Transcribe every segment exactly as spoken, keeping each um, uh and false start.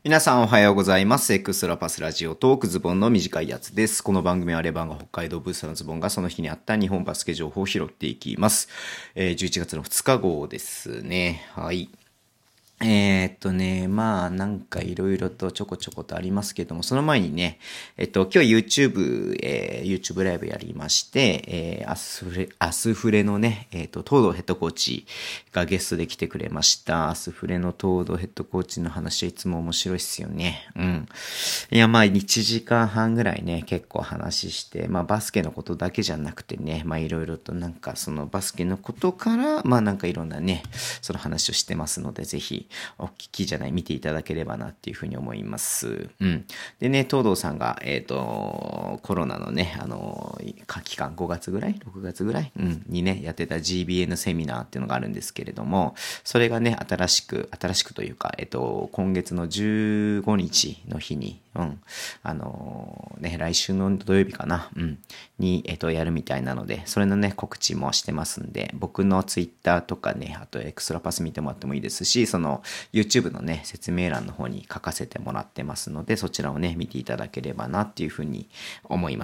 皆さんおはようございます。エクストラパスラジオトークズボンの短いやつです。この番組はレバンが北海道ブースターのズボンがその日にあった日本バスケ情報を拾っていきます。えー、じゅういちがつのふつか号ですね。はい。えーっとね、まあなんかいろいろとちょこちょことありますけども、その前にね、えっと今日 YouTube、えー、YouTube ライブやりまして、えー、アスフレ、アスフレのね、えーっと東堂ヘッドコーチがゲストで来てくれました。アスフレの東堂ヘッドコーチの話はいつも面白いっすよね。うん。いやまあいちじかんはんぐらいね、結構話して、まあバスケのことだけじゃなくてね、まあいろいろとなんかそのバスケのことから、まあなんかいろんなね、その話をしてますので、ぜひ、お聞きじゃない、見ていただければなっていうふうに思います。うん。でね、東堂さんが、えっと、コロナのね、あの、期間ごがつぐらい ?ろく 月ぐらい、うん、にね、やってた ジービーエヌ セミナーっていうのがあるんですけれども、それがね、新しく、新しくというか、えっと、今月のじゅうごにちの日に、うん、あのね、来週の土曜日かな、うん、に、えっと、やるみたいなので、それのね、告知もしてますんで、僕のツイッターとかね、あとエクストラパス見てもらってもいいですし、その、YouTube のね、説明欄の方に書かせてもらってますので、そちらをね、見ていただければなっていうふうに思います。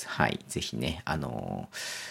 はい。ぜひね、あの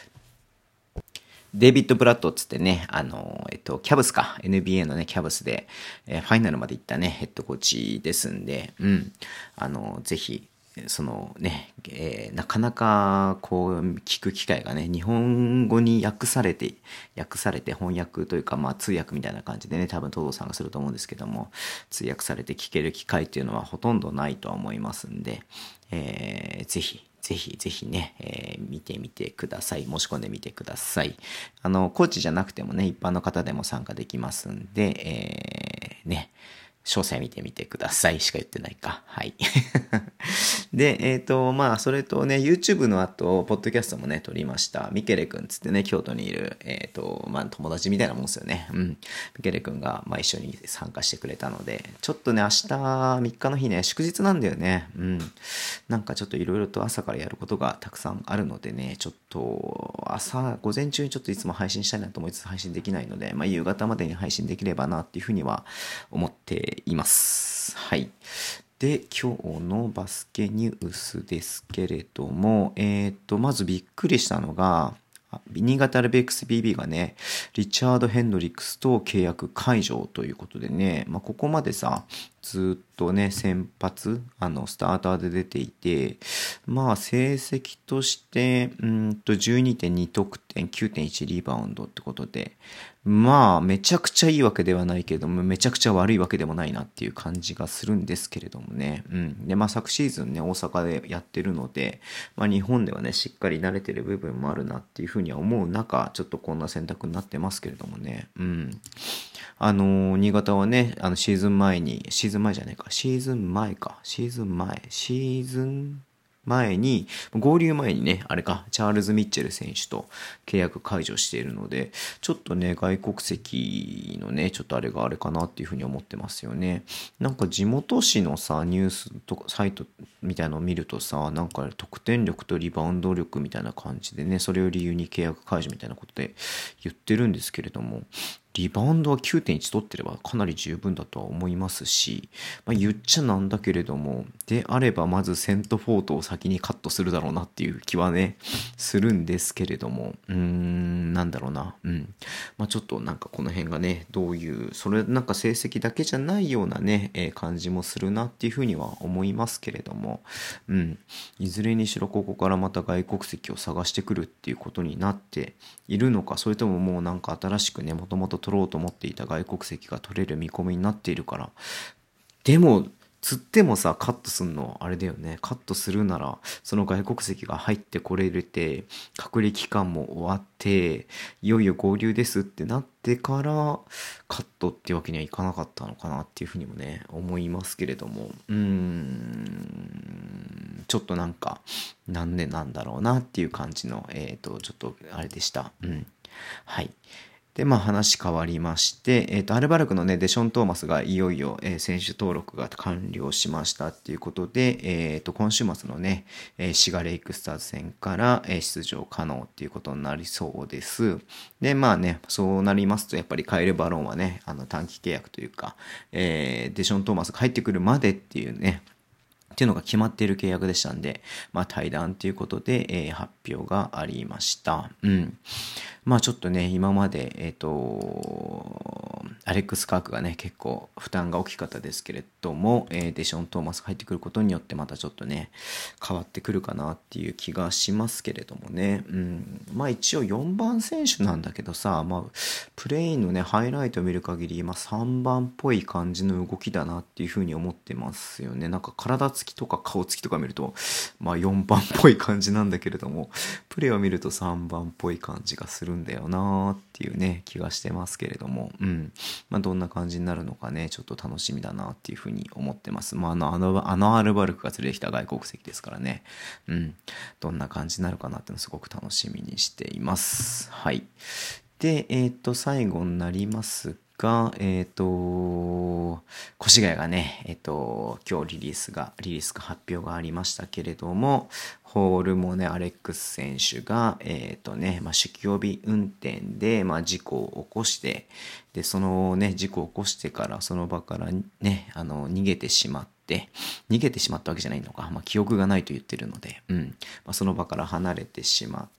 デイビッド・ブラッドっつってね、あの、えっと、キャブスか、エヌビーエー のね、キャブスで、えーファイナルまで行ったね、ヘッドコーチですんで、うん、あの、ぜひ、そのね、えーなかなかこう聞く機会がね、日本語に訳されて、訳されて翻訳というか、まあ通訳みたいな感じでね、多分東堂さんがすると思うんですけども、通訳されて聞ける機会っていうのはほとんどないとは思いますんで、えーぜひ、ぜひぜひね、えー見てみてください。申し込んでみてください。あの、コーチじゃなくてもね、一般の方でも参加できますんで、えーね、詳細見てみてくださいしか言ってないか。はい。で、えっ、と、まあ、それとね、YouTube の後、ポッドキャストもね、撮りました。ミケレくんつってね、京都にいる、えっ、と、まあ、友達みたいなもんですよね。うん。ミケレくんが、まあ、一緒に参加してくれたので、ちょっとね、明日、みっかの日ね、祝日なんだよね。うん。なんかちょっといろいろと朝からやることがたくさんあるのでね、ちょっと、朝、午前中にちょっといつも配信したいなと思いつつ配信できないので、まあ、夕方までに配信できればなっていうふうには思っています。はい。で、今日のバスケニュースですけれども、えっと、まずびっくりしたのが、あ新潟アルビレックス ビービー がね、リチャード・ヘンドリックスと契約解除ということでね、まあ、ここまでさ、ずっとね、先発、あの、スターターで出ていて、まあ、成績として、うんと、じゅうにてんに得点、きゅうてんいちリバウンドってことで、まあ、めちゃくちゃいいわけではないけれども、めちゃくちゃ悪いわけでもないなっていう感じがするんですけれどもね。うん。で、まあ、昨シーズンね、大阪でやってるので、まあ、日本ではね、しっかり慣れてる部分もあるなっていうふうには思う中、ちょっとこんな選択になってますけれどもね。うん。あのー新潟はね、あの、シーズン前に、シーズン前じゃないか、シーズン前か、シーズン前、シーズン前に、合流前にね、あれか、チャールズ・ミッチェル選手と契約解除しているので、ちょっとね、外国籍のね、ちょっとあれがあれかなっていうふうに思ってますよね。なんか地元紙のさ、ニュースとか、サイトみたいなのを見るとさ、なんか得点力とリバウンド力みたいな感じでね、それを理由に契約解除みたいなことで言ってるんですけれども、リバウンドはきゅうてんいち取ってればかなり十分だとは思いますし、まあ、言っちゃなんだけれども、であればまずセントフォートを先にカットするだろうなっていう気はね、するんですけれども、うーん、なんだろうな、うん。まあちょっとなんかこの辺がね、どういう、それなんか成績だけじゃないようなね、えー感じもするなっていうふうには思いますけれども、うん。いずれにしろここからまた外国籍を探してくるっていうことになっているのか、それとももうなんか新しくね、もともと取ろうと思っていた外国籍が取れる見込みになっているから、でも、つってもさ、カットすんの、あれだよね。カットするなら、その外国籍が入ってこれるて、隔離期間も終わって、いよいよ合流ですってなってから、カットっていうわけにはいかなかったのかなっていうふうにもね、思いますけれども、うーん、ちょっとなんか、なんでなんだろうなっていう感じの、えっと、ちょっと、あれでした。うん。はい。 で、まあ話変わりまして、えっと、アルバルクのね、デション・トーマスがいよいよ、えー選手登録が完了しましたっていうことで、えっと、今週末のね、えーシガレイクスターズ戦から、えー出場可能っていうことになりそうです。で、まあね、そうなりますと、やっぱりカイル・バロンはね、あの短期契約というか、えーデション・トーマスが入ってくるまでっていうね、っていうのが決まっている契約でしたんで、まあ対談ということで、えー発表がありました。うん。まあちょっとね、今まで、えっと、アレックス・カークがね、結構負担が大きかったですけれども、えーデション・トーマスが入ってくることによってまたちょっとね、変わってくるかなっていう気がしますけれどもね。うん。まあ一応よんばん選手なんだけどさ、まあ、プレインのね、ハイライトを見る限り、まあさんばんっぽい感じの動きだなっていうふうに思ってますよね。なんか体つきとか顔つきとか見ると、まあよんばんっぽい感じなんだけれども、プレイを見るとさんばんっぽい感じがするんだよなーっていうね、気がしてますけれども、うん。まあどんな感じになるのかね、ちょっと楽しみだなっていうふうに思ってます。まああの、あの、あのアルバルクが連れてきた外国籍ですからね、うん。どんな感じになるかなっていうのをすごく楽しみにしています。はい。で、えっと、最後になりますが、えっと、越谷がね、えっと、今日リリースが、リリースが発表がありましたけれども、ホールもね、アレックス選手が、えっとね、まあ、酒気帯び運転で、まあ、事故を起こして、で、そのね、事故を起こしてから、その場からね、あの、逃げてしまって、逃げてしまったわけじゃないのか、まあ、記憶がないと言ってるので、うん、まあ、その場から離れてしまって、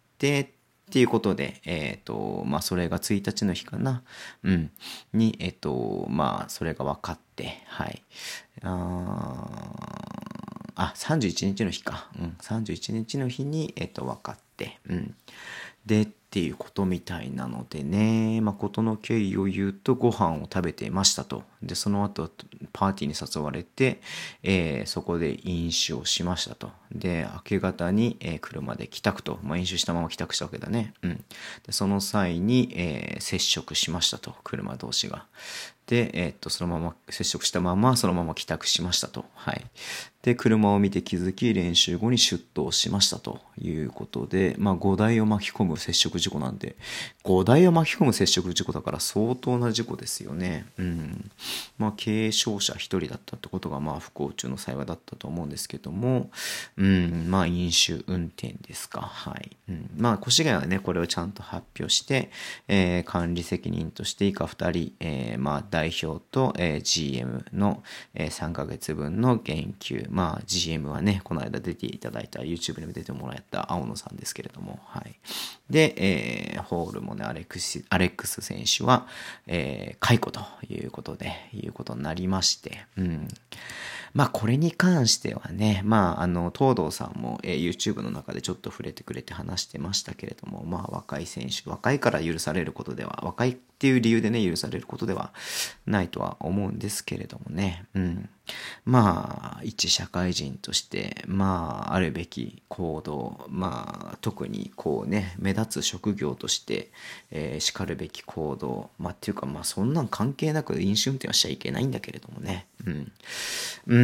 っていうことで、えっと、まあ、それがついたちの日かな。うん。に、えっと、まあ、それが分かって、はい。あーあ、さんじゅういちにちの日か。うん。さんじゅういちにちの日に、えっと、分かって、うん。で、っていうことみたいなのでね、まあ、ことの経緯を言うと、ご飯を食べていましたと。で、その後、パーティーに誘われて、えーそこで飲酒をしましたと。で、明け方に、えー車で帰宅と。まあ、飲酒したまま帰宅したわけだね。うん。で、その際に、えー接触しましたと。車同士が。で、えーっと、そのまま、接触したまま、そのまま帰宅しましたと。はい。で、車を見て気づき、練習後に出頭しましたということで、まあ、ごだいを巻き込む接触事故なんで、ごだいを巻き込む接触事故だから相当な事故ですよね。うん。まあ、軽傷者ひとりだったってことが、まあ、不幸中の幸いだったと思うんですけども、うん、まあ、飲酒運転ですか。はい。うん、まあ、越谷はね、これをちゃんと発表して、えー管理責任として以下ふたり、えーまあ、代表と、えー ジーエム の、えーさんかげつぶんの減給、まあ、ジーエム はね、この間出ていただいた、YouTube にも出てもらった青野さんですけれども、はい。で、えーホールもね、アレックス、アレックス選手は、えー解雇ということで、いうことになりまして、うん。まあこれに関してはね、まああの、東堂さんも、えー YouTube の中でちょっと触れてくれて話してましたけれども、まあ若い選手、若いから許されることでは、若いっていう理由でね、許されることではないとは思うんですけれどもね、うん。まあ、一社会人として、まあ、あるべき行動、まあ、特にこうね、目立つ職業として、えー、叱るべき行動、まあ、っていうか、まあ、そんなん関係なく飲酒運転はしちゃいけないんだけれどもね、うん。うん、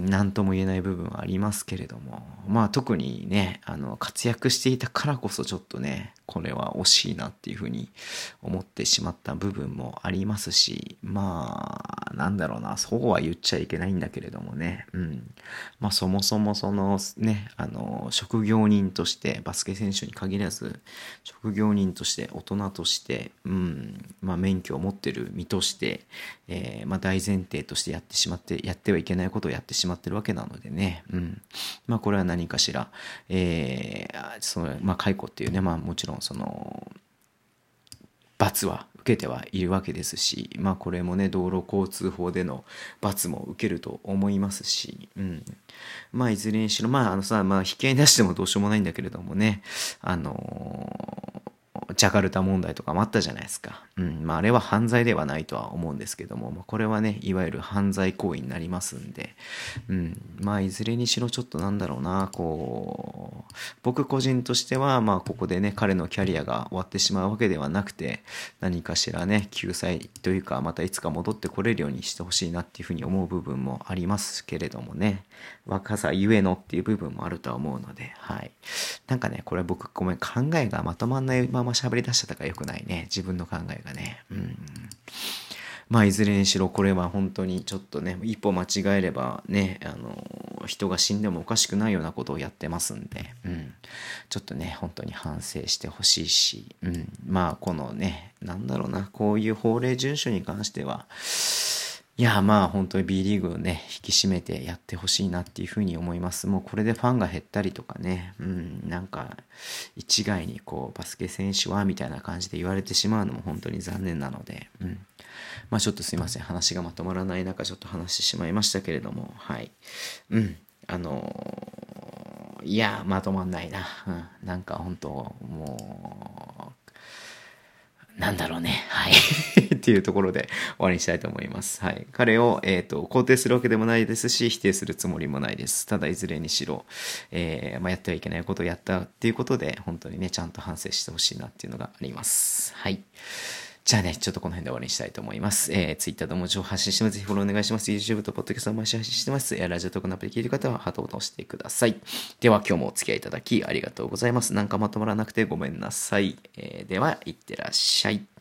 なんとも言えない部分はありますけれども、まあ、特にね、あの、活躍していたからこそちょっとね、これは惜しいなっていうふうに思ってしまった部分もありますし、まあ、なんだろうな、そうは言っちゃいけないんだけれどもね、うん。まあ、そもそもそのね、あの、職業人として、バスケ選手に限らず、職業人として、大人として、うん、まあ、免許を持ってる身として、えーまあ、大前提としてやってしまって、やってはいけないことをやってしまってるわけなのでね、うん。まあ、これは何かしら、えー、その、まあ、解雇っていうね、まあ、もちろんその、罰は受けてはいるわけですし、まあこれもね、道路交通法での罰も受けると思いますし、うん。まあいずれにしろ、まああのさ、まあ引き合いに出してもどうしようもないんだけれどもね、あのージャカルタ問題とかもあったじゃないですか。うん。まああれは犯罪ではないとは思うんですけども、まあ、これはね、いわゆる犯罪行為になりますんで、うん。まあいずれにしろちょっとなんだろうな、こう、僕個人としては、まあここでね、彼のキャリアが終わってしまうわけではなくて、何かしらね、救済というか、またいつか戻ってこれるようにしてほしいなっていうふうに思う部分もありますけれどもね、若さゆえのっていう部分もあるとは思うので、はい。なんかね、これ僕ごめん、考えがまとまんないまま喋喋り出しちゃったから良くないね。自分の考えがね。うん。まあいずれにしろこれは本当にちょっとね、一歩間違えればね、あの人が死んでもおかしくないようなことをやってますんで、うん、ちょっとね本当に反省してほしいし、うん、まあこのね、なんだろうな、こういう法令遵守に関してはいやまあ本当に B リーグをね引き締めてやってほしいなっていうふうに思います。もうこれでファンが減ったりとかね、うん、なんか一概にこうバスケ選手はみたいな感じで言われてしまうのも本当に残念なので、うん、まあちょっとすいません、話がまとまらない中ちょっと話してしまいましたけれども、はい、うん、あのー、いやまとまんないな、うん、なんか本当もうなんだろうね。はい。っていうところで終わりにしたいと思います。はい。彼を、えっと、肯定するわけでもないですし、否定するつもりもないです。ただ、いずれにしろ、えー、まあ、やってはいけないことをやったっていうことで、本当にね、ちゃんと反省してほしいなっていうのがあります。はい。じゃあね、ちょっとこの辺で終わりにしたいと思います。えー、Twitter でも情報発信してます。ぜひフォローお願いします。YouTube と Podcast を毎週発信してます。えー、ラジオトークのアプリ聞いてる方はハートボタンを押してください。では今日もお付き合いいただきありがとうございます。なんかまとまらなくてごめんなさい。えー、では、いってらっしゃい。